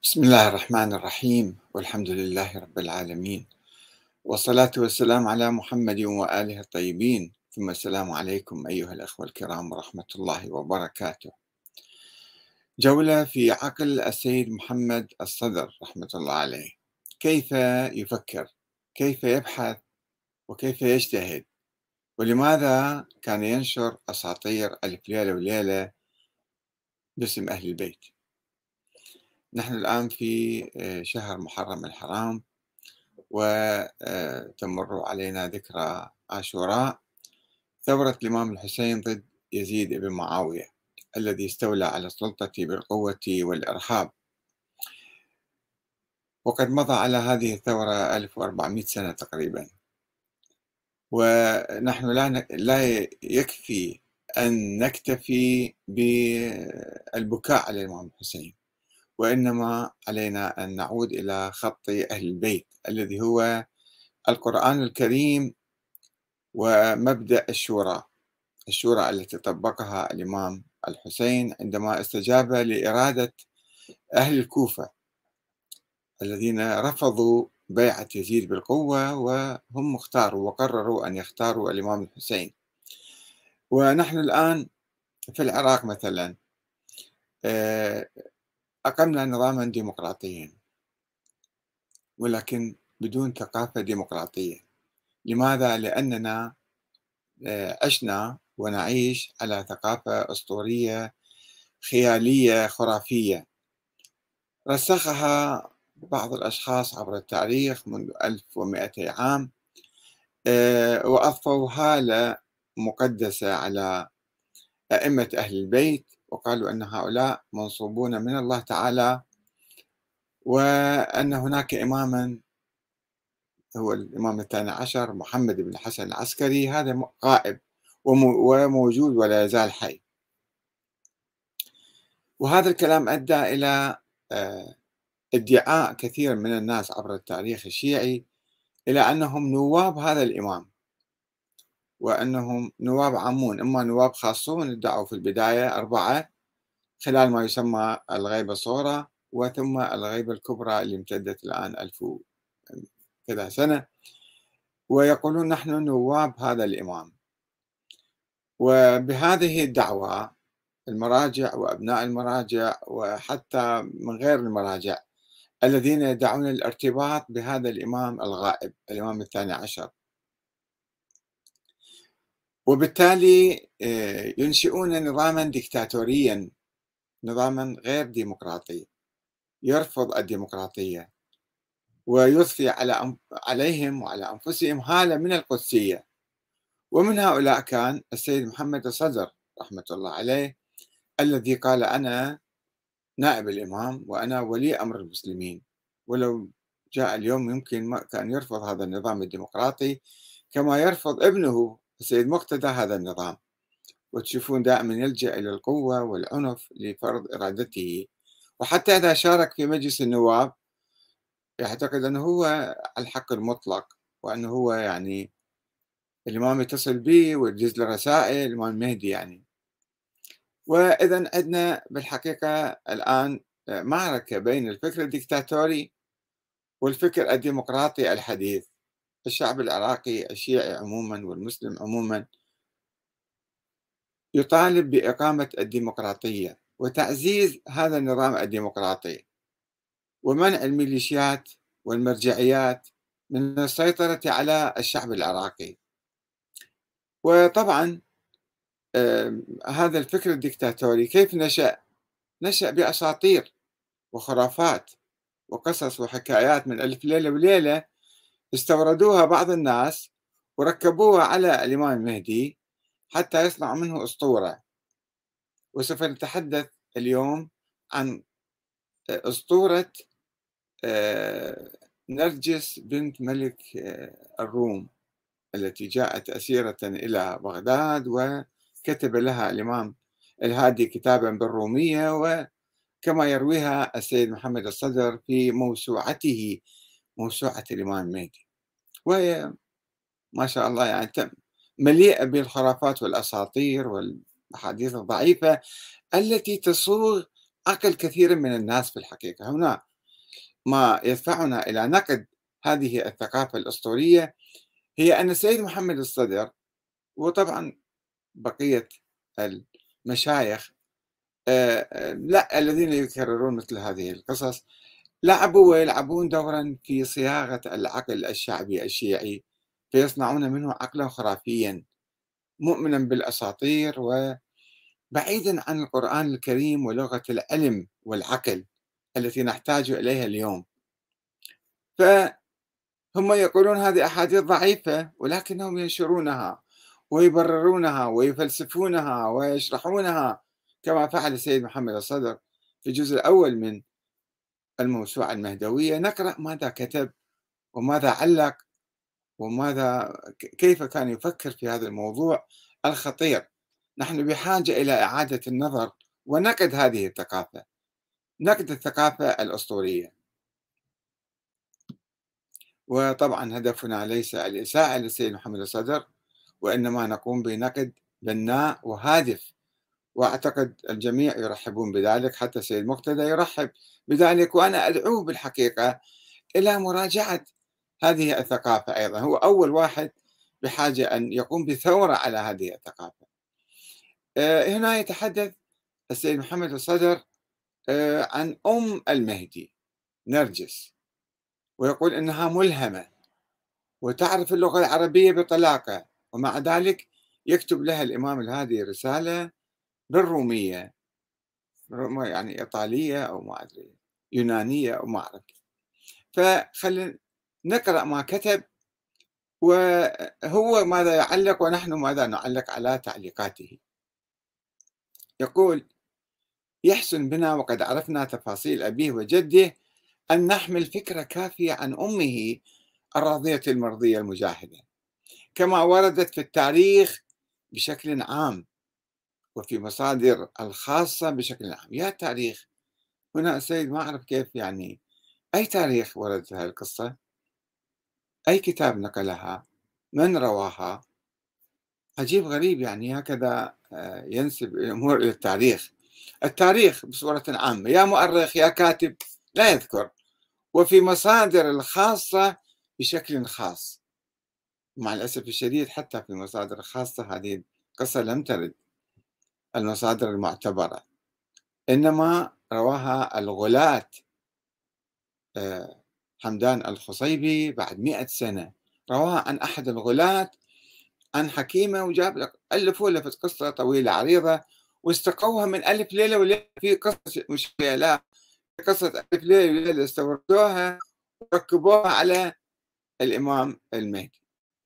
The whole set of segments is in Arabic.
بسم الله الرحمن الرحيم والحمد لله رب العالمين والصلاة والسلام على محمد وآله الطيبين ثم السلام عليكم أيها الأخوة الكرام ورحمة الله وبركاته. جولة في عقل السيد محمد الصدر رحمة الله عليه. كيف يفكر؟ كيف يبحث؟ وكيف يجتهد؟ ولماذا كان ينشر أساطير ألف ليلة وليلة باسم أهل البيت؟ نحن الآن في شهر محرم الحرام، وتمر علينا ذكرى عاشوراء، ثورة الإمام الحسين ضد يزيد بن معاوية الذي استولى على السلطة بالقوة والإرهاب. وقد مضى على هذه الثورة 1400 سنة تقريبا، ونحن لا يكفي أن نكتفي بالبكاء على الإمام الحسين، وإنما علينا أن نعود إلى خط أهل البيت الذي هو القرآن الكريم ومبدأ الشورى التي طبقها الإمام الحسين عندما استجاب لإرادة أهل الكوفة الذين رفضوا بيعة يزيد بالقوة، وهم اختاروا وقرروا أن يختاروا الإمام الحسين. ونحن الآن في العراق مثلا آه، أقمنا نظاما ديمقراطيا، ولكن بدون ثقافة ديمقراطية. لماذا؟ لأننا عشنا ونعيش على ثقافة أسطورية خيالية خرافية رسخها بعض الأشخاص عبر التاريخ منذ 1200 عام، وأضفوا هالة مقدسة على أئمة أهل البيت، وقالوا أن هؤلاء منصوبون من الله تعالى، وأن هناك إماما هو الإمام الثاني عشر محمد بن الحسن العسكري، هذا غائب وموجود ولا يزال حي. وهذا الكلام أدى إلى ادعاء كثير من الناس عبر التاريخ الشيعي إلى أنهم نواب هذا الإمام، وأنهم نواب عامون، إما نواب خاصون ادعوا في البداية 4 خلال ما يسمى الغيبة الصغرى، وثم الغيبة الكبرى اللي امتدت الآن 1000 كذا سنة، ويقولون نحن نواب هذا الإمام. وبهذه الدعوة المراجع وأبناء المراجع وحتى من غير المراجع الذين يدعون الارتباط بهذا الإمام الغائب الإمام الثاني عشر، وبالتالي ينشئون نظاما ديكتاتوريا، نظاما غير ديمقراطي يرفض الديمقراطية، ويضفي عليهم وعلى أنفسهم هالة من القدسية. ومن هؤلاء كان السيد محمد الصدر رحمة الله عليه، الذي قال أنا نائب الإمام وأنا ولي أمر المسلمين، ولو جاء اليوم يمكن ما كان يرفض هذا النظام الديمقراطي كما يرفض ابنه السيد مقتدى هذا النظام. وتشوفون دائما يلجأ إلى القوة والعنف لفرض إرادته، وحتى إذا شارك في مجلس النواب يعتقد أنه هو الحق المطلق، وأنه هو يعني الإمام يتصل به ويدز له رسائل الإمام المهدي يعني. وإذا عندنا بالحقيقة الآن معركة بين الفكر الدكتاتوري والفكر الديمقراطي الحديث. الشعب العراقي الشيعي عموما والمسلم عموما يطالب بإقامة الديمقراطية وتعزيز هذا النظام الديمقراطي، ومنع الميليشيات والمرجعيات من السيطرة على الشعب العراقي. وطبعا هذا الفكر الدكتاتوري كيف نشأ؟ نشأ بأساطير وخرافات وقصص وحكايات من ألف ليلة وليلة استوردوها بعض الناس وركبوها على الإمام المهدي حتى يصنع منه أسطورة. وسوف نتحدث اليوم عن أسطورة نرجس بنت ملك الروم التي جاءت أسيرة إلى بغداد، وكتب لها الإمام الهادي كتابا بالرومية، وكما يرويها السيد محمد الصدر في موسوعته موسوعة الإمام المهدي، وهي ما شاء الله يعني مليئة بالخرافات والأساطير والأحاديث الضعيفة التي تصوغ عقل كثير من الناس في الحقيقة. هنا ما يدفعنا إلى نقد هذه الثقافة الأسطورية هي أن السيد محمد الصدر وطبعا بقية المشايخ لا الذين يكررون مثل هذه القصص لعبوا ويلعبون دورا في صياغة العقل الشعبي الشيعي، فيصنعون منه عقلا خرافيا مؤمنا بالأساطير وبعيدا عن القرآن الكريم ولغة العلم والعقل التي نحتاج إليها اليوم. فهم يقولون هذه أحاديث ضعيفة ولكنهم ينشرونها ويبررونها ويفلسفونها ويشرحونها كما فعل السيد محمد الصدر في الجزء الأول من الموسوعة المهدوية. نقرأ ماذا كتب وماذا علق وماذا كيف كان يفكر في هذا الموضوع الخطير. نحن بحاجة إلى إعادة النظر ونقد هذه الثقافة، نقد الثقافة الأسطورية. وطبعا هدفنا ليس الإساءة للسيد محمد الصدر، وإنما نقوم بنقد بناء وهادف، وأعتقد الجميع يرحبون بذلك، حتى السيد مقتدى يرحب بذلك، وأنا أدعوه بالحقيقة إلى مراجعة هذه الثقافة أيضا. هو أول واحد بحاجة أن يقوم بثورة على هذه الثقافة. هنا يتحدث السيد محمد الصدر عن أم المهدي نرجس، ويقول إنها ملهمة وتعرف اللغة العربية بطلاقة، ومع ذلك يكتب لها الإمام الهادي رسالة بالرومية، يعني إيطالية أو ما أدري يونانية أو ما أعرف. فخلينا نقرأ ما كتب وهو ماذا يعلق ونحن ماذا نعلق على تعليقاته. يقول: يحسن بنا وقد عرفنا تفاصيل أبيه وجده أن نحمل فكرة كافية عن أمه الراضية المرضية المجاهدة كما وردت في التاريخ بشكل عام وفي مصادر الخاصة بشكل عام. يا تاريخ هنا السيد ما أعرف كيف، يعني أي تاريخ وردت هذه القصة؟ أي كتاب نقلها؟ من رواها؟ عجيب غريب، يعني هكذا ينسب الأمور إلى التاريخ. التاريخ بصورة عامة يا مؤرخ يا كاتب لا يذكر، وفي مصادر الخاصة بشكل خاص. مع الأسف الشديد حتى في المصادر الخاصة هذه القصة لم ترد المصادر المعتبرة، إنما رواها الغلاة حمدان الخصيبي بعد 100 سنة، رواها عن أحد الغلاة عن حكيمة، وجاب لك ألفوا لفت قصة طويلة عريضة واستقوها من ألف ليلة وليلة في قصة، مش لا قصة ألف ليلة وليلة استوردوها وركبوها على الإمام المهدي.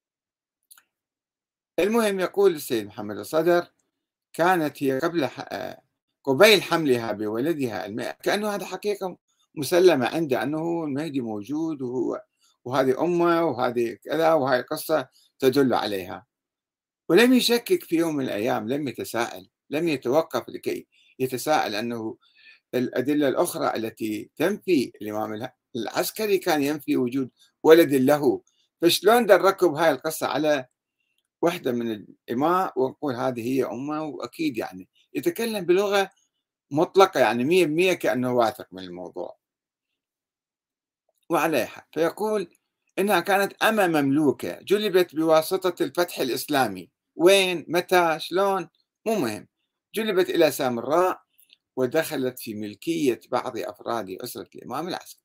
المهم يقول السيد محمد الصدر: كانت هي قبيل حملها بولدها كأنه هذا حقيقة مسلمة عنده أنه المهدي موجود وهذه أمه وهذه كذا وهذه قصة تدل عليها، ولم يشكك في يوم من الأيام، لم يتساءل، لم يتوقف لكي يتساءل أنه الأدلة الأخرى التي تنفي الإمام العسكري كان ينفي وجود ولد له، فشلون نركب هاي القصة على واحدة من الإماء ونقول هذه هي أمه؟ وأكيد يعني يتكلم بلغة مطلقة، يعني 100% كأنه واثق من الموضوع. وعلى حق فيقول إنها كانت أمة مملوكة جلبت بواسطة الفتح الإسلامي. وين؟ متى؟ شلون؟ مو مهم. جلبت إلى سامراء ودخلت في ملكية بعض أفراد أسرة الإمام العسكري،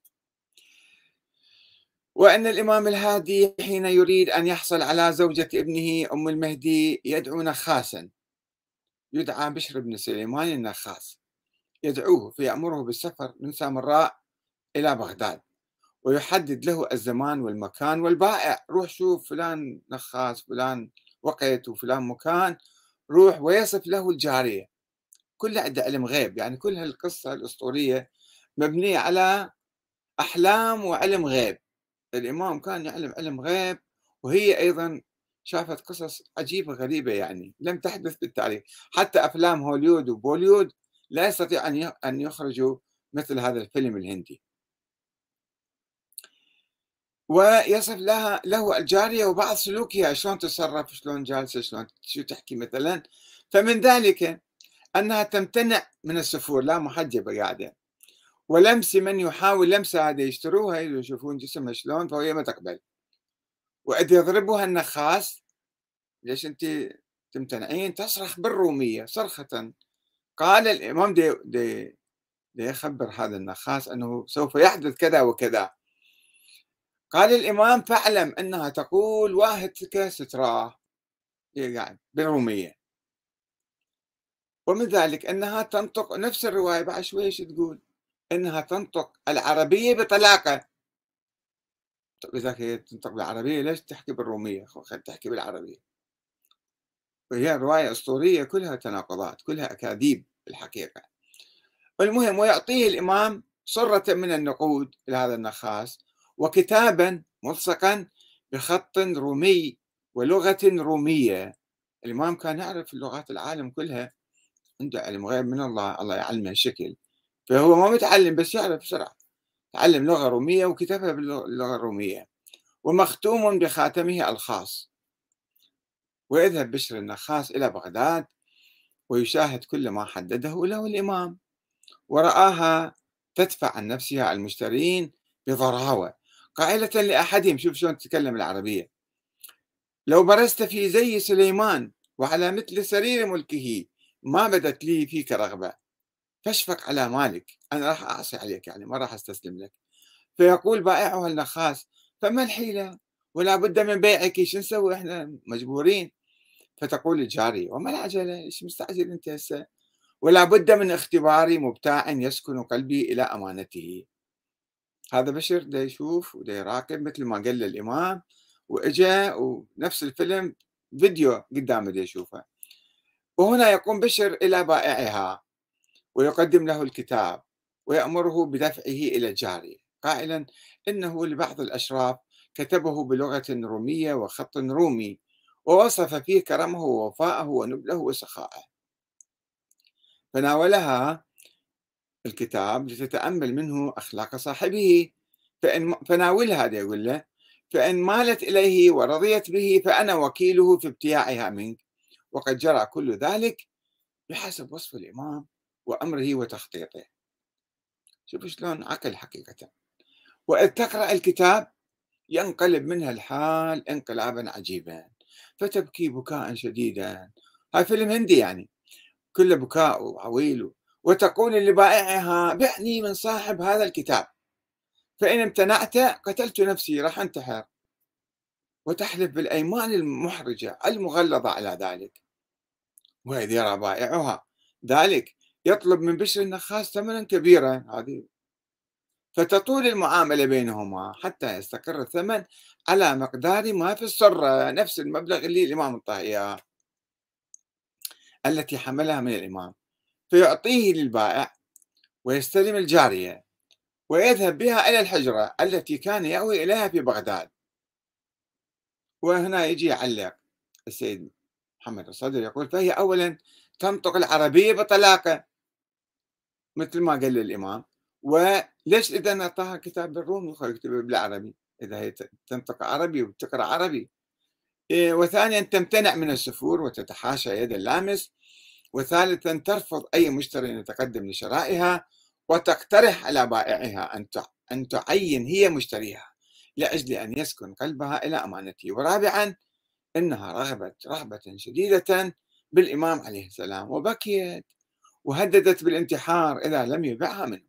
وأن الإمام الهادي حين يريد أن يحصل على زوجة ابنه أم المهدي يدعو نخاسا يدعى بشر بن سليمان النخاس، يدعوه فيأمره بالسفر من سامراء إلى بغداد ويحدد له الزمان والمكان والبائع، روح شوف فلان نخاس فلان وقت وفلان مكان، روح ويصف له الجارية. كل عنده علم غيب، يعني كل هالقصة الأسطورية مبنية على أحلام وعلم غيب. الإمام كان يعلم علم غيب، وهي أيضا شافت قصص عجيبة غريبة يعني لم تحدث بالتاريخ. حتى أفلام هوليود وبوليود لا يستطيع أن يخرجوا مثل هذا الفيلم الهندي. ويصف له الجارية وبعض سلوكها، شلون تتصرف، شلون جالسة، شلون شو تحكي مثلا. فمن ذلك أنها تمتنع من السفور، لا محجبة قاعدة، ولمس من يحاول لمسها، هذا يشتروها يشوفون جسمها شلون فهي ما تقبل، وإذ يضربها النخاس ليش أنتِ تمتنعين؟ تصرخ بالرومية صرخة. قال الإمام دي يخبر هذا النخاس أنه سوف يحدث كذا وكذا. قال الإمام: فاعلم أنها تقول واهتك ستراه، هي قاعد بالرومية، ومن ذلك أنها تنطق نفس الرواية بعد شوي ايش تقول؟ أنها تنطق العربية بطلاقة. طب إذا هي تنطق بالعربية ليش تحكي بالرومية؟ خليها تحكي بالعربية. وهي رواية أسطورية كلها تناقضات، كلها أكاذيب بالحقيقة. المهم، ويعطيه الإمام صرة من النقود لهذا النخاس وكتابا ملصقا بخط رومي ولغة رومية. الإمام كان يعرف لغات العالم كلها، عنده علم غيب من الله، الله يعلمه الشكل، فهو ما متعلم بس يعرف بسرعة. تعلم لغة رومية وكتبها باللغة الرومية، ومختوم بخاتمه الخاص. ويذهب بشر النخاس إلى بغداد ويشاهد كل ما حدده له الإمام، ورآها تدفع عن نفسها المشترين بضراوة، قائلة لأحدهم، شوف شلون تتكلم العربية: لو برزت في زي سليمان وعلى مثل سرير ملكه ما بدت لي فيك رغبة، فاشفق على مالك، أنا راح أعصي عليك، يعني ما راح أستسلم لك. فيقول بائعها النخاس: فما الحيلة ولا بد من بيعك، شو نسوي احنا مجبورين. فتقول الجارية: وما العجلة، ايش مستعجل انت هسه؟ ولا بد من اختبار مبتاع يسكن قلبي إلى أمانته. هذا بشر دا يشوف ودا يراقب مثل ما قال الإمام، وإجا ونفس الفيلم فيديو قدامه دا يشوفه. وهنا يقوم بشر إلى بائعها ويقدم له الكتاب ويأمره بدفعه إلى الجارية، قائلا إنه لبعض الأشراف كتبه بلغة رومية وخط رومي، ووصف فيه كرمه ووفاءه ونبله وسخاءه. فناولها الكتاب لتتأمل منه أخلاق صاحبه، فناولها هذا يقول له: فإن مالت إليه ورضيت به فأنا وكيله في ابتياعها منك، وقد جرى كل ذلك بحسب وصف الإمام وأمره وتخطيطه. شوف شلون عقل حقيقة. وإذ تقرأ الكتاب ينقلب منها الحال انقلابا عجيبا، فتبكي بكاء شديدا. هاي فيلم هندي يعني، كله بكاء وعويل. وتقول لبائعها: بعني من صاحب هذا الكتاب، فإن امتنعت قتلت نفسي، راح انتحر. وتحلف بالأيمان المحرجة المغلظة على ذلك. وإذ يرى بائعها ذلك يطلب من بشر النخاس ثمنا كبيرا، هذه فتطول المعاملة بينهما حتى يستقر الثمن على مقدار ما في السرة، نفس المبلغ اللي الإمام انطاه إياه التي حملها من الإمام، فيعطيه للبائع ويستلم الجارية ويذهب بها إلى الحجرة التي كان يأوي إليها في بغداد. وهنا يجي يعلق السيد محمد الصدر يقول: فهي أولا تنطق العربية بطلاقة مثل ما قال الإمام، وليش إذا أعطاها كتاب بالرومي يكتبه بالعربي إذا هي تنطق عربي وتقرأ عربي؟ وثانيا تمتنع من السفور وتتحاشى يد اللامس. وثالثا ترفض أي مشتري يتقدم لشرائها، وتقترح على بائعها أن تعين هي مشتريها لأجل أن يسكن قلبها إلى أمانته. ورابعا إنها رغبة شديدة بالإمام عليه السلام، وبكيت وهددت بالانتحار إذا لم يبعها منه.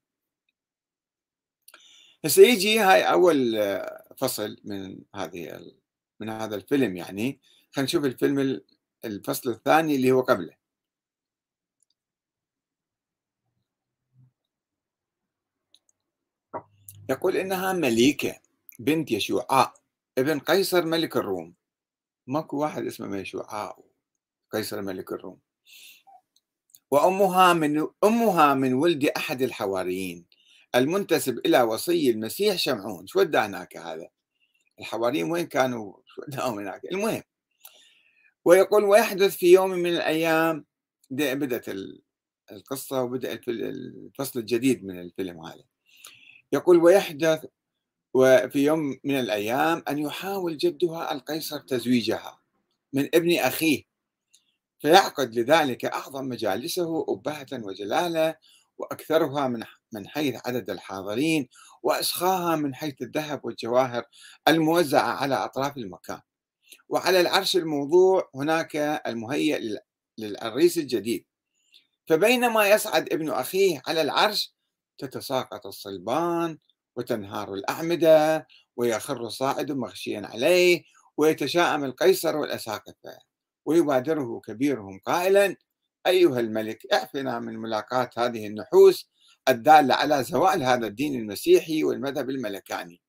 هسه يجي هاي أول فصل من هذا الفيلم. يعني خلينا نشوف الفيلم الفصل الثاني اللي هو قبله. يقول إنها مليكة بنت يشوعاء ابن قيصر ملك الروم. ماكو واحد اسمه يشوعاء قيصر ملك الروم. أمها من ولد أحد الحواريين المنتسب إلى وصي المسيح شمعون. شو ودى هناك هذا؟ الحواريين وين كانوا؟ شو وداهم هناك؟ المهم، ويقول: ويحدث في يوم من الأيام، بدأت القصة وبدأ الفصل الجديد من الفيلم هذا. يقول: ويحدث وفي يوم من الأيام أن يحاول جدها القيصر تزويجها من ابن أخيه، فيعقد لذلك أعظم مجالسه أبهة وجلالة وأكثرها من من حيث عدد الحاضرين، وأسخاها من حيث الذهب والجواهر الموزعة على أطراف المكان. وعلى العرش الموضوع هناك المهيأ للعريس الجديد. فبينما يصعد ابن أخيه على العرش تتساقط الصلبان وتنهار الأعمدة ويخر الصاعد مغشيا عليه، ويتشاءم القيصر والأساقفة، ويبادره كبيرهم قائلا: أيها الملك، اعفنا من ملاقاة هذه النحوس الدالة على زوال هذا الدين المسيحي والمذهب الملكاني.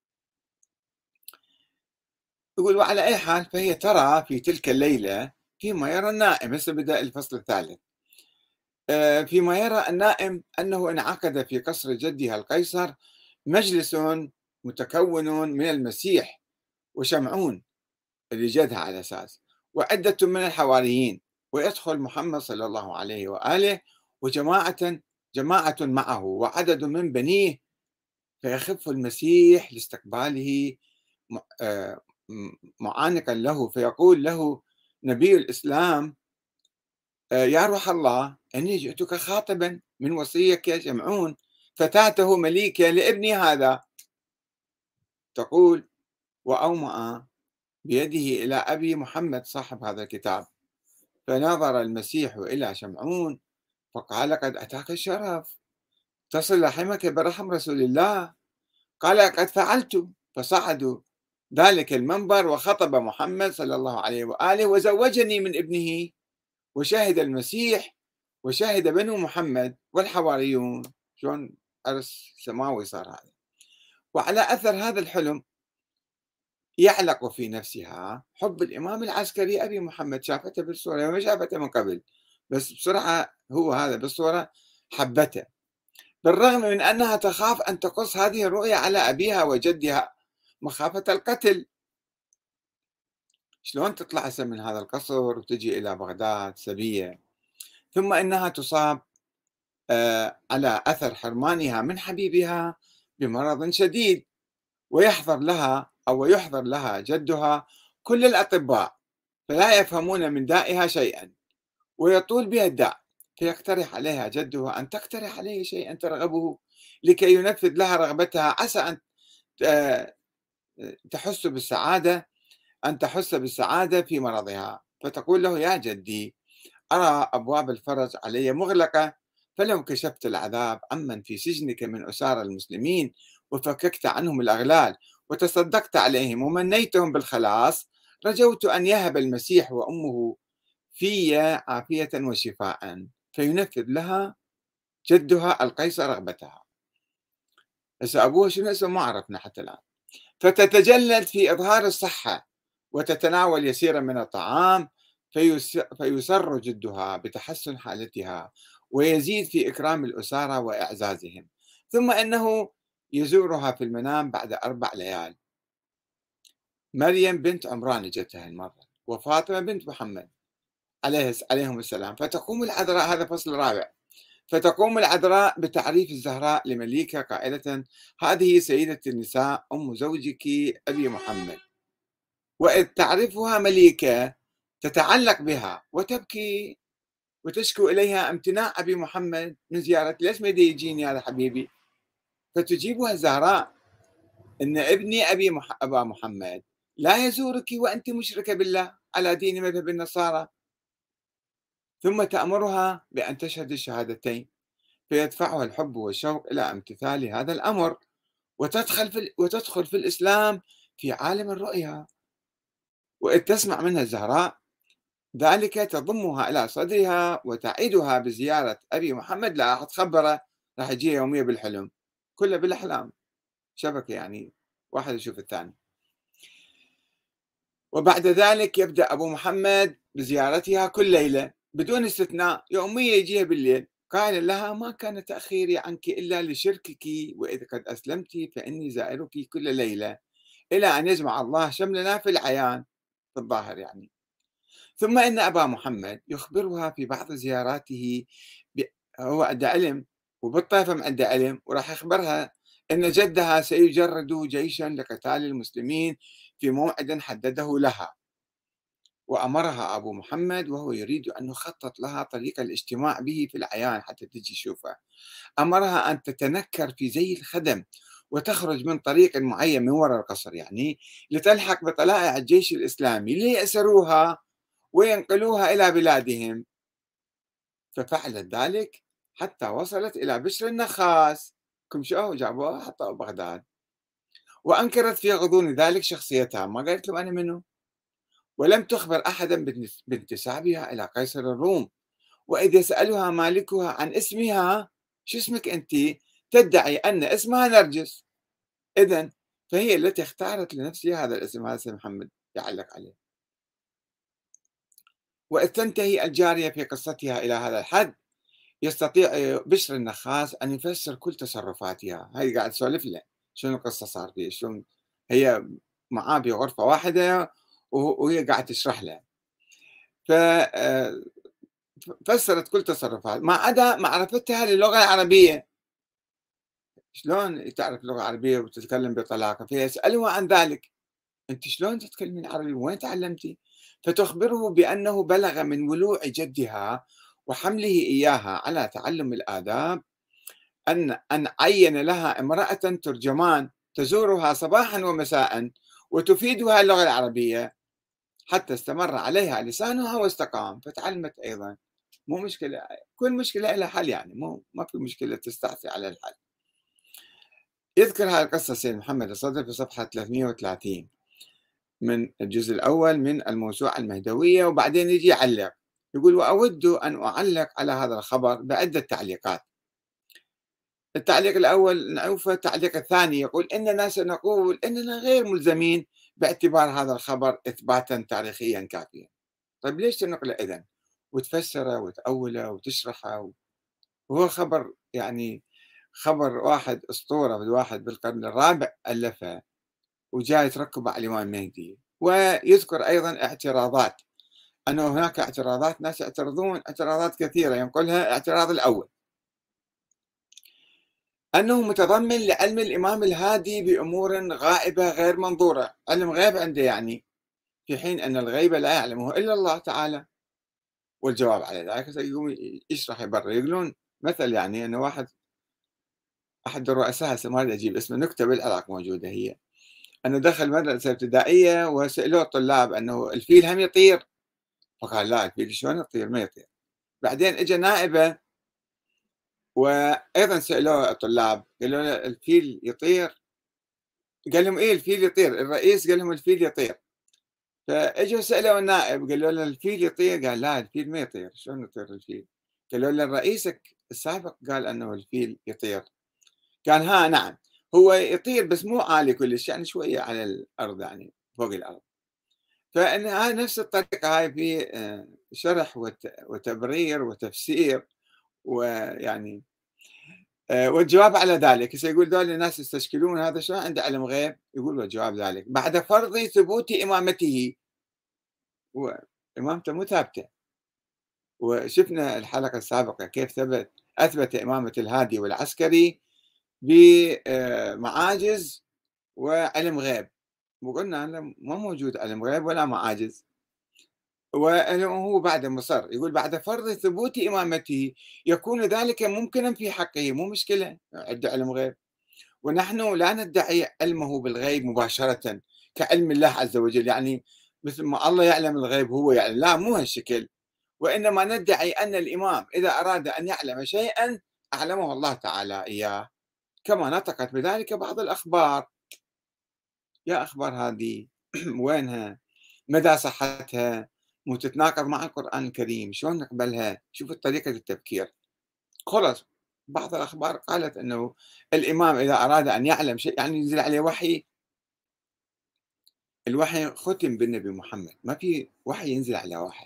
يقول: وعلى أي حال فهي ترى في تلك الليلة فيما يرى النائم. هسه بدأ الفصل الثالث. فيما يرى النائم أنه انعقد في قصر جدها القيصر مجلس متكون من المسيح وشمعون اللي جدها على أساس، وعدة من الحواريين، ويدخل محمد صلى الله عليه وآله جماعة معه وعدد من بنيه، فيخف المسيح لاستقباله معانقا له، فيقول له نبي الإسلام: يا روح الله، إني جئتك خاطبا من وصيك يا شمعون فتاته مليكة لابني هذا. تقول: وأومأ بيده إلى أبي محمد صاحب هذا الكتاب. فنظر المسيح إلى شمعون فقال: قد أتاك الشرف، تصل رحمك برحم رسول الله. قال: قد فعلت. فصعدوا ذلك المنبر وخطب محمد صلى الله عليه وآله وزوجني من ابنه، وشهد المسيح وشهد بنو محمد والحواريون. شلون عرس سماوي صار هذا. وعلى أثر هذا الحلم يعلق في نفسها حب الإمام العسكري أبي محمد. شافته بالصورة وما شافته من قبل، بس بسرعة هو هذا بالصورة حبته، بالرغم من أنها تخاف أن تقص هذه الرؤيا على أبيها وجدها مخافة القتل. شلون تطلع هسه من هذا القصر وتجي إلى بغداد سبية؟ ثم إنها تصاب على أثر حرمانها من حبيبها بمرض شديد، ويحضر لها جدها كل الأطباء فلا يفهمون من دائها شيئا، ويطول بها الداء، فيقترح عليها جدها أن تقترح عليه شيئا ترغبه لكي ينفذ لها رغبتها، عسى أن تحس بالسعادة في مرضها. فتقول له: يا جدي، أرى أبواب الفرج علي مغلقة، فلو كشفت العذاب عمن في سجنك من أسارى المسلمين وفككت عنهم الأغلال وتصدقت عليهم ومنيتهم بالخلاص، رجوت أن يهب المسيح وأمه في عافية وشفاء، فينفذ لها جدها القيصر رغبتها. هسه أبوها شنو اسمه ما عرفنا حتى الآن. فتتجلد في إظهار الصحة وتتناول يسيرا من الطعام، فيسر جدها بتحسن حالتها ويزيد في إكرام الأسارة وإعزازهم. ثم إنه يزورها في المنام بعد 4 ليال. مريم بنت عمران جتها المرة، وفاطمة بنت محمد عليهم السلام. فتقوم العذراء، هذا فصل رابع، فتقوم العذراء بتعريف الزهراء لمليكة قائلة: هذه سيدة النساء أم زوجك أبي محمد. وإذ تعرفها مليكة تتعلق بها وتبكي وتشكو إليها امتناع أبي محمد من زيارة. ليش ما يجيني هذا حبيبي؟ فتجيبها الزهراء إن ابني أبا محمد لا يزورك وأنت مشركة بالله على دين مذهب النصارى. ثم تأمرها بأن تشهد الشهادتين، فيدفعها الحب والشوق إلى امتثال هذا الأمر، وتدخل في الإسلام في عالم الرؤيا. وإذ تسمع منها الزهراء ذلك تضمها إلى صدرها وتعيدها بزيارة أبي محمد. لا راح تخبره، راح يجيها يومية بالحلم، كله بالأحلام، شبكة يعني، واحد يشوف الثاني. وبعد ذلك يبدأ أبو محمد بزيارتها كل ليلة بدون استثناء، يومية يجيها بالليل، قائلا لها: ما كان تأخيري عنك إلا لشركك، وإذا قد أسلمت فإني زائرك كل ليلة إلى أن يجمع الله شملنا في العيان، في الظاهر يعني. ثم إن أبا محمد يخبرها في بعض زياراته هو عنده علم، وبالطيفة عنده علم، وراح يخبرها أن جدها سيجرد جيشا لقتال المسلمين في موعد حدده لها، وأمرها أبو محمد وهو يريد أن يخطط لها طريقة الاجتماع به في الأعيان حتى تجي تشوفها. أمرها أن تتنكر في زي الخدم وتخرج من طريق معين من وراء القصر، يعني لتلحق بطلائع الجيش الإسلامي ليأسروها وينقلوها إلى بلادهم. ففعلت ذلك حتى وصلت إلى بشر النخاس، كمشوها وجابوها حطوها بغداد. وأنكرت في غضون ذلك شخصيتها، ما قالت له أنا منو، ولم تخبر أحدا بانتسابها إلى قيصر الروم. وإذا سألها مالكها عن اسمها، شو اسمك أنت، تدعي أن اسمها نرجس. إذن فهي التي اختارت لنفسها هذا الاسم، هذا اسم محمد يعلق عليه. وإذ تنتهي الجارية في قصتها إلى هذا الحد، يستطيع بشر النخاس أن يفسر كل تصرفاتها. هاي قاعد تسولف له شنو القصة صار فيها، شلون هي معاه بغرفة واحدة وهي قاعد تشرح له. ففسرت كل تصرفات ما عدا معرفتها للغة العربية. شلون تعرف اللغة العربية وتتكلم بطلاقة؟ فيسألها عن ذلك، أنت شلون تتكلمين عربي، وين تعلمتي؟ فتخبره بأنه بلغ من ولوع جدها وحمله إياها على تعلم الآداب أن عين لها امرأة ترجمان تزورها صباحا ومساء وتفيدها اللغة العربية حتى استمر عليها لسانها واستقام، فتعلمت أيضا. مو مشكلة، كل مشكلة لها حل، يعني ما في مشكلة تستعصي على الحل. يذكر هذه القصة سيد محمد الصدر في صفحة 330 من الجزء الأول من الموسوعة المهدوية، وبعدين يجي يعلق يقول: وأود أن أعلق على هذا الخبر بعدة تعليقات. التعليق الأول نعوفه. التعليق الثاني يقول: إننا سنقول إننا غير ملزمين باعتبار هذا الخبر إثباتا تاريخيا كافيا. طيب ليش تنقله إذن وتفسره وتأوله وتشرحه، وهو خبر يعني خبر واحد أسطورة واحد بالقرن الرابع ألفه وجاي تركبه على الإمام المهدي. ويذكر أيضا اعتراضات، أنه هناك اعتراضات، ناس يعترضون اعتراضات كثيرة. ينقلها الاعتراض الأول أنه متضمن لعلم الإمام الهادي بأمور غائبة غير منظورة، علم غيب عنده يعني، في حين أن الغيب لا يعلمه إلا الله تعالى. والجواب على ذلك يقوم يشرح يبرر. يقولون مثل يعني أنه أحد الرؤساء، هسه ما أريد أجيب اسمه، نكتة بالعراق موجودة هي، أنه دخل مدرسة ابتدائية وسألوه الطلاب أنه الفيل هم يطير، فقال لا، الفيل شلون يطير، ما يطير. بعدين اجى نائبه وايضا سالوه الطلاب، قالوا له الفيل يطير؟ قال لهم ايه الفيل يطير. الرئيس قال لهم الفيل يطير. فاجوا سالوا النائب قالوا له الفيل يطير؟ قال لا، الفيل ما يطير. شلون يطير الفيل؟ قالوا له رئيسك السابق قال انه الفيل يطير. قال ها نعم، هو يطير بس مو عالي كلش، يعني شويه على الارض، يعني فوق الارض. فإن هاي نفس الطريقة هاي في شرح وتبرير وتفسير، ويعني والجواب على ذلك. هسه يقول دول الناس يستشكلون هذا شلون عنده علم غيب؟ يقول والجواب ذلك بعد فرض ثبوت إمامته، وإمامته مو ثابتة. وشفنا الحلقة السابقة كيف أثبت إمامة الهادي والعسكري بمعاجز وعلم غيب، وقلنا أنه ما موجود علم غيب ولا معاجز. وهو بعد مصر يقول بعد فرض ثبوت إمامته يكون ذلك ممكنا في حقه، مو مشكلة عنده علم غيب، ونحن لا ندعي علمه بالغيب مباشرة كعلم الله عز وجل، يعني مثل ما الله يعلم الغيب هو يعلم، لا مو هالشكل. وإنما ندعي أن الإمام إذا أراد أن يعلم شيئا أعلمه الله تعالى إياه، كما نطقت بذلك بعض الأخبار. يا أخبار هذه وينها؟ مدى صحتها؟ متتناقض مع القرآن الكريم، شلون نقبلها؟ شوفوا طريقة التفكير. خلص بعض الأخبار قالت أنه الإمام إذا أراد أن يعلم شيء، يعني ينزل عليه وحي، الوحي ختم بالنبي محمد، ما في وحي ينزل على واحد.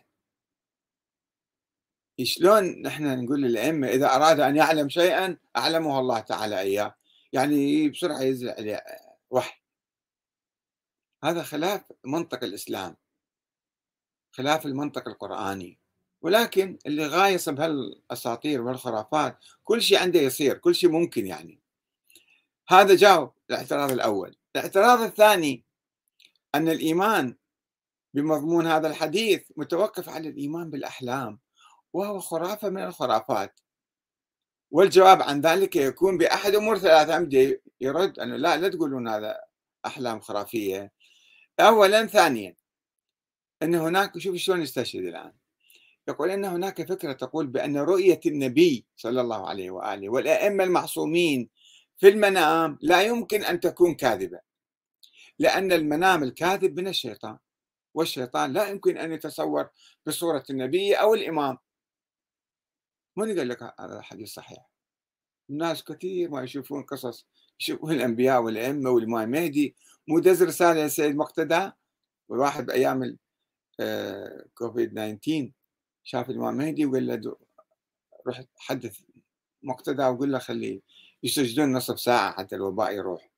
شلون نحن نقول للأئمة إذا أراد أن يعلم شيئا أعلمه الله تعالى إياه، يعني بسرعة ينزل عليه وحي؟ هذا خلاف منطق الإسلام، خلاف المنطق القرآني. ولكن اللي غايص بهالأساطير والخرافات كل شيء عنده يصير، كل شيء ممكن يعني. هذا جاوب الاعتراض الأول. الاعتراض الثاني أن الإيمان بمضمون هذا الحديث متوقف على الإيمان بالأحلام، وهو خرافة من الخرافات. والجواب عن ذلك يكون بأحد أمور ثلاثة. أمدي يرد أنه لا تقولون هذا أحلام خرافية. أولا، ثانيا، أن هناك، شوف شلون يستشهد الآن، يقول أن هناك فكرة تقول بأن رؤية النبي صلى الله عليه وآله والأئمة المعصومين في المنام لا يمكن أن تكون كاذبة، لأن المنام الكاذب من الشيطان، والشيطان لا يمكن أن يتصور بصورة النبي أو الإمام. من قال لك هذا الحديث صحيح؟ الناس كثير ما يشوفون قصص، يشوفون الأنبياء والأئمة والإمام المهدي. مو دز رسالة للسيد مقتدى، والواحد بأيام كوفيد 19 شاف الإمام المهدي وقال له روح حدث مقتدى وقل له خليه يسجلون نصف ساعة حتى الوباء يروح.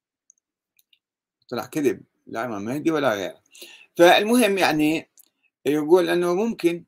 طلع كذب، لا إمام مهدي ولا غيره. فالمهم يعني يقول أنه ممكن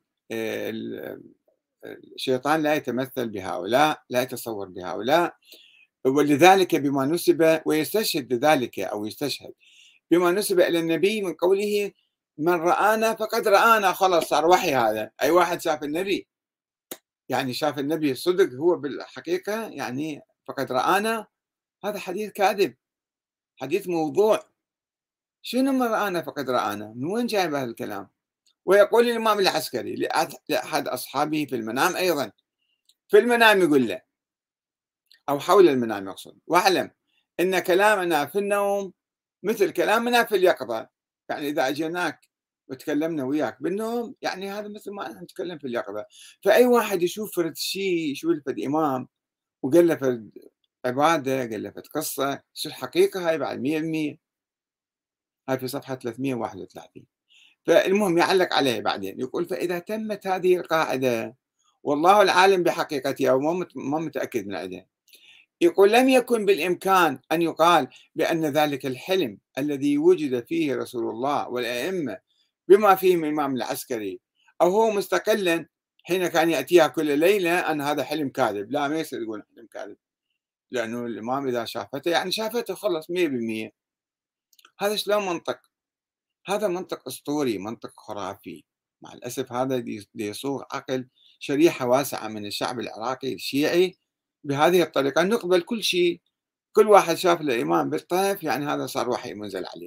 الشيطان لا يتمثل بهؤلاء، لا يتصور بهؤلاء، ولذلك بما نسب، ويستشهد بذلك أو يستشهد بما نسب إلى النبي من قوله من رآنا فقد رآنا. خلاص صار وحي هذا، أي واحد شاف النبي يعني شاف النبي صدق هو بالحقيقة، يعني فقد رآنا. هذا حديث كاذب، حديث موضوع. شنو من رآنا فقد رآنا؟ من وين جايب هذا الكلام؟ ويقول الإمام العسكري لأحد أصحابه في المنام أيضا، في المنام يقول له، أو حول المنام يقصد، واعلم أن كلامنا في النوم مثل كلامنا في اليقظة. يعني إذا أجيناك وتكلمنا وياك بالنوم، يعني هذا مثل ما نتكلم في اليقظة. فأي واحد يشوف فرد شيء، يشوف فرد إمام وقال له فرد عبادة، قال له فرد قصة، شو الحقيقة هاي بعد 100%. هاي في صفحة 331. فالمهم يعلق عليه بعدين يقول فإذا تمت هذه القاعدة، والله العالم بحقيقتها وما متأكد من عدها، يقول لم يكن بالإمكان أن يقال بأن ذلك الحلم الذي وجد فيه رسول الله والأئمة بما فيهم الإمام العسكري، أو هو مستقلا حين كان يأتيها كل ليلة، أن هذا حلم كاذب. لا، ما يصير يقول حلم كاذب، لأنه الإمام إذا شافته يعني شافته خلص 100%. هذا شلون منطق؟ هذا منطق أسطوري، منطق خرافي. مع الأسف هذا يصوغ عقل شريحة واسعة من الشعب العراقي الشيعي بهذه الطريقة، نقبل كل شيء. كل واحد شاف الإمام بالطيف يعني هذا صار وحي منزل عليه.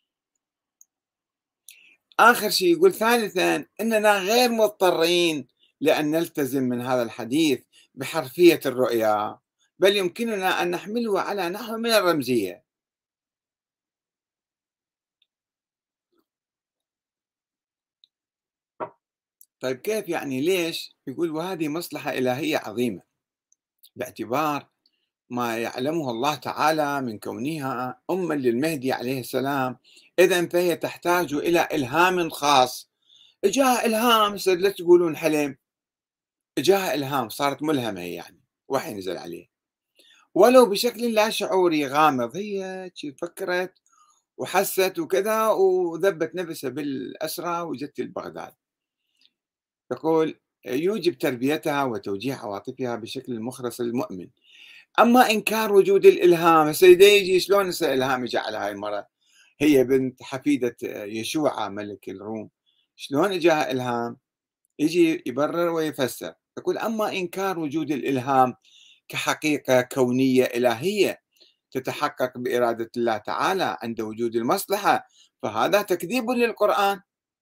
آخر شيء يقول ثالثا إننا غير مضطرين لأن نلتزم من هذا الحديث بحرفية الرؤيا، بل يمكننا أن نحمله على نحو من الرمزية. طيب كيف يعني؟ ليش؟ يقول وهذه مصلحة إلهية عظيمة باعتبار ما يعلمه الله تعالى من كونها أما للمهدي عليه السلام. إذا فهي تحتاج إلى إلهام خاص. إجاها إلهام، لا تقولون حلم، إجاها إلهام، صارت ملهمة هي، يعني وحي نزل عليه ولو بشكل لا شعوري غامض. هي فكرت وحست وكذا وذبت نفسها بالأسرى وجت لبغداد. يقول يوجب تربيتها وتوجيه عواطفها بشكل المخلص المؤمن. أما إنكار وجود الإلهام، السيدة يجي شلون الإلهام يجي على هاي المرة؟ هي بنت حفيدة يشوع ملك الروم، شلون إجاها إلهام؟ يجي يبرر ويفسر. يقول أما إنكار وجود الإلهام كحقيقة كونية إلهية تتحقق بإرادة الله تعالى عند وجود المصلحة، فهذا تكذيب للقرآن،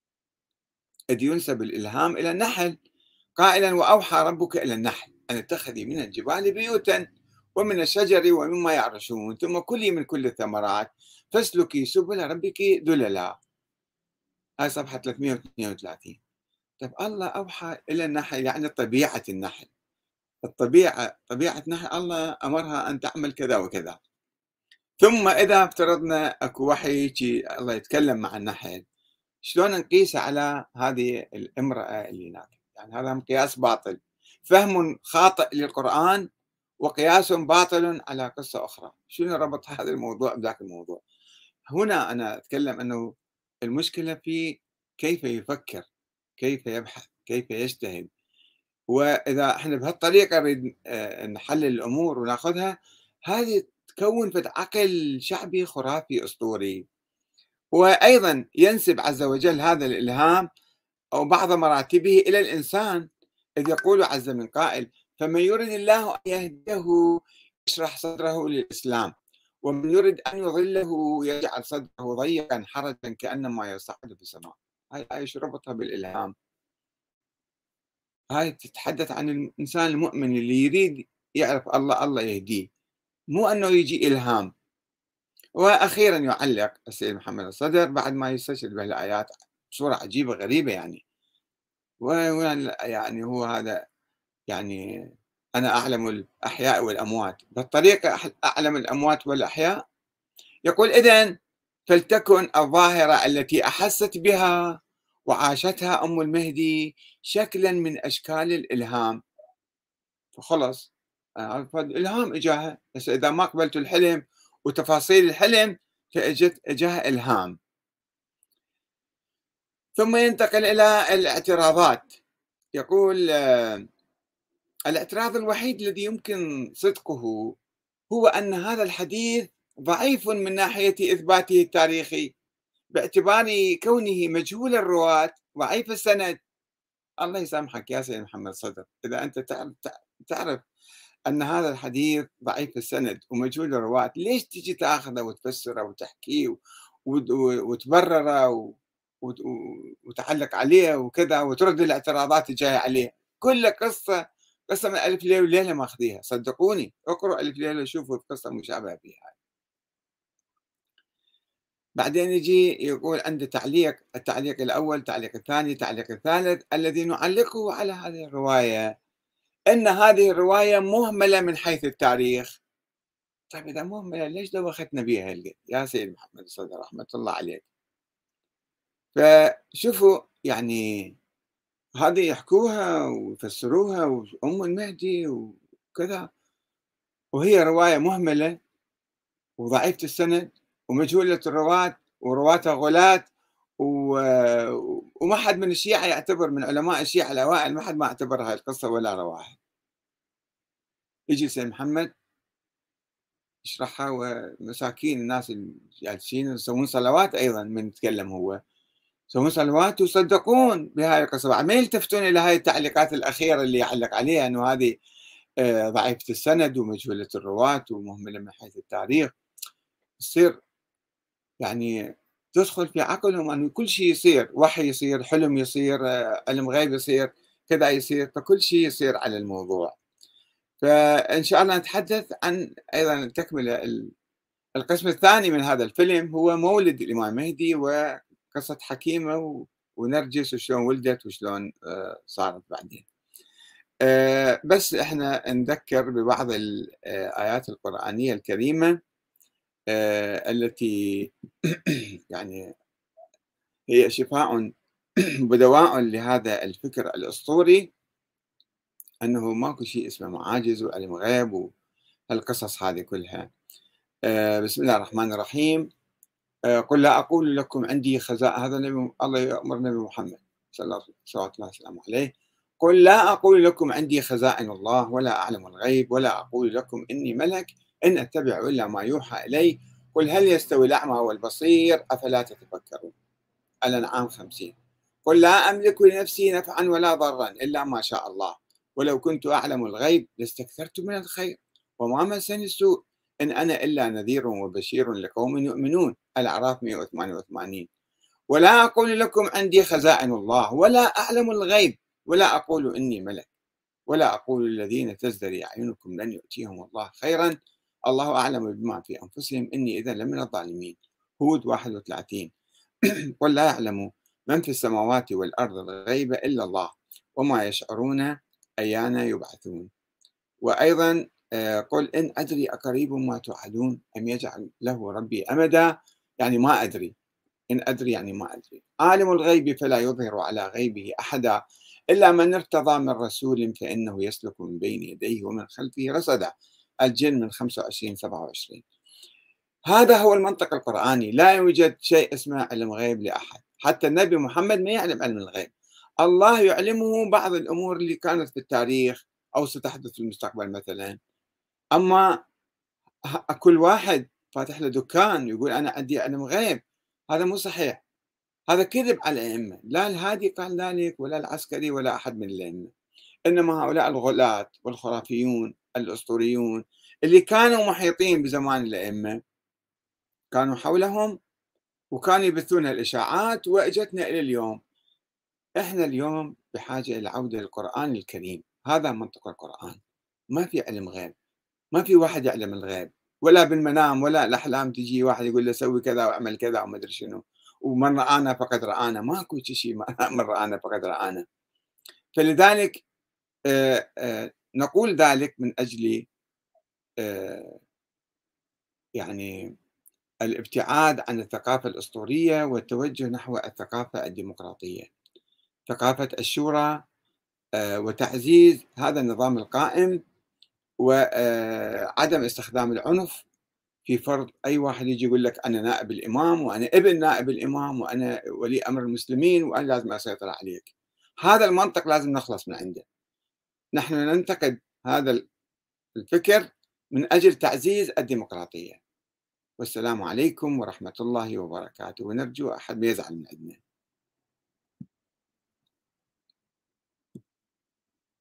إذ ينسب الإلهام إلى النحل قائلا وأوحى ربك إلى النحل أن اتخذي من الجبال بيوتا ومن الشجر ومما يعرشون ثم كلي من كل الثمرات فاسلكي سبل ربك ذللا. هاي صفحة 332. طيب الله أوحى إلى النحل يعني طبيعة النحل، طبيعة نحل الله أمرها أن تعمل كذا وكذا. ثم إذا افترضنا أكو وحي الله يتكلم مع النحل، شلون نقيسه على هذه الامرأة اللي هناك؟ يعني هذا قياس باطل، فهم خاطئ للقرآن وقياس باطل على قصة أخرى. شنو ربط هذا الموضوع بذاك الموضوع؟ هنا أنا أتكلم أنه المشكلة في كيف يفكر، كيف يبحث، كيف يجتهد. وإذا احنا بهالطريقة نريد نحلل الأمور وناخذها، هذه تكون في عقل شعبي خرافي أسطوري. وأيضا ينسب عز وجل هذا الإلهام أو بعض مراتبه إلى الإنسان، إذ يقول عز من قائل: فمن يرد الله أن يهديه يشرح صدره للإسلام، ومن يرد أن يضله يجعل صدره ضيقا حرجا كأنما يصعد في السماء. هاي ايش ربطها بالإلهام؟ هاي تتحدث عن الإنسان المؤمن اللي يريد يعرف الله، الله يهديه، مو أنه يجي إلهام. وأخيرا يعلق السيد محمد الصدر بعد ما يستشهد بهالآيات بصورة عجيبة غريبة، يعني هو هذا، يعني أنا أعلم الأحياء والأموات، بالطريقة أعلم الأموات والأحياء. يقول: إذن فلتكن الظاهرة التي أحست بها وعاشتها أم المهدي شكلا من أشكال الإلهام. فخلص الإلهام إجاها، بس إذا ما قبلت الحلم وتفاصيل الحلم إجاها إلهام. ثم ينتقل إلى الاعتراضات. يقول: الاعتراض الوحيد الذي يمكن صدقه هو أن هذا الحديث ضعيف من ناحية إثباته التاريخي، باعتبار كونه مجهول الرواة ضعيف السند. الله يسامحك يا سيد محمد صدر، إذا أنت تعرف أن هذا الحديث ضعيف السند ومجهول الرواة، ليش تجي تاخذه وتفسره وتحكيه وتبرره وتعلق عليه وكذا وترد الاعتراضات الجاية عليه؟ كل قصة من ألف ليلة وليلة ماخذيها، صدقوني اقرأوا ألف ليلة وشوفوا القصة مشابهة فيها. بعدين يجي يقول عنده تعليق، التعليق الأول، التعليق الثاني، التعليق الثالث، الذي نعلقه على هذه الرواية أن هذه الرواية مهملة من حيث التاريخ. طيب إذا مهملة ليش دوختنا بها يا سيد محمد الصدر رحمة الله عليك؟ فشوفوا يعني هذه يحكوها ويفسروها وأم المهدي وكذا، وهي رواية مهملة وضعيفة السند ومجهولة الرواة ورواتها غلاة، وما حد من الشيعة يعتبر، من علماء الشيعة الأوائل ما حد ما اعتبر هاي القصة ولا رواها. يجي سيد محمد يشرحها، ومساكين الناس الجالسين يسوون صلوات أيضا من يتكلم هو، يسوون صلوات ويصدقون بهاي القصة، ما يلتفتون إلى هاي التعليقات الأخيرة اللي يعلق عليها أنه هذه ضعيفة السند ومجهولة الرواة ومهملة من حيث التاريخ. يصير يعني تدخل في عقلهم أنه كل شيء يصير، وحي يصير، حلم يصير، علم غيب يصير، كذا يصير، فكل شيء يصير على الموضوع. فإن شاء الله نتحدث عن أيضا تكملة القسم الثاني من هذا الفيلم، هو مولد الإمام المهدي وقصة حكيمة ونرجس وشلون ولدت وشلون صارت بعدين. بس احنا نذكر ببعض الآيات القرآنية الكريمة التي يعني هي شفاء ودواء لهذا الفكر الأسطوري أنه ماكو شيء اسمه معاجز وعلم غيب والقصص هذه كلها. بسم الله الرحمن الرحيم. قل لا أقول لكم عندي خزائن، هذا النبي الله يأمر النبي محمد صلى الله عليه وسلم عليه: قل لا أقول لكم عندي خزائن الله ولا أعلم الغيب ولا أقول لكم إني ملك إن أتبع إلا ما يوحى إلي قل هل يستوي الأعمى والبصير أفلا تتفكرون. الأنعام 50. قل لا أملك لنفسي نفعا ولا ضرا إلا ما شاء الله ولو كنت أعلم الغيب لاستكثرت من الخير وما مسني السوء إن أنا إلا نذير وبشير لقوم يؤمنون. الأعراف 188. ولا أقول لكم عندي خزائن الله ولا أعلم الغيب ولا أقول إني ملك ولا أقول الذين تزدري أعينكم لن يؤتيهم الله خيرا الله أعلم بما في أنفسهم إني إذا لمن الظالمين. هود 31. قل لا يعلم من في السماوات والأرض الغيب إلا الله وما يشعرون أيان يبعثون. وأيضا قل إن أدري أقريب ما توعدون أم يجعل له ربي أمدا، يعني ما أدري، إن أدري يعني ما أدري. عالم الغيب فلا يظهر على غيبه أحدا إلا من ارتضى من رسول فإنه يسلك من بين يديه ومن خلفه رصدا. الجن من 25-27. هذا هو المنطق القرآني، لا يوجد شيء اسمه علم غيب لأحد، حتى النبي محمد ما يعلم علم الغيب، الله يعلمه بعض الأمور اللي كانت في التاريخ أو ستحدث في المستقبل مثلا. أما كل واحد فاتح له دكان يقول أنا عندي علم غيب، هذا مو صحيح، هذا كذب على الأئمة، لا الهادي قال ذلك ولا العسكري ولا أحد من الأئمة، إنما هؤلاء الغلاة والخرافيون الأسطوريون اللي كانوا محيطين بزمان الأئمة كانوا حولهم وكانوا يبثون الإشاعات وإجتنا إلى اليوم. إحنا اليوم بحاجة إلى العودة للقرآن الكريم، هذا منطق القرآن، ما في علم غيب، ما في واحد يعلم الغيب، ولا بالمنام ولا الأحلام تجي واحد يقول له سوي كذا واعمل كذا وما أدري شنو، ومن رآنا فقد رآنا، ماكو شيء من رآنا فقد رآنا. فلذلك نقول ذلك من أجل آآ يعني الابتعاد عن الثقافة الأسطورية والتوجه نحو الثقافة الديمقراطية، ثقافة الشورى وتعزيز هذا النظام القائم، وعدم استخدام العنف في فرض أي واحد يجي يقول لك أنا نائب الإمام وأنا ابن نائب الإمام وأنا ولي أمر المسلمين وأنا لازم أسيطر عليك. هذا المنطق لازم نخلص من عنده. نحن ننتقد هذا الفكر من أجل تعزيز الديمقراطية. والسلام عليكم ورحمة الله وبركاته، ونرجو أحد ما يزعل من عندنا.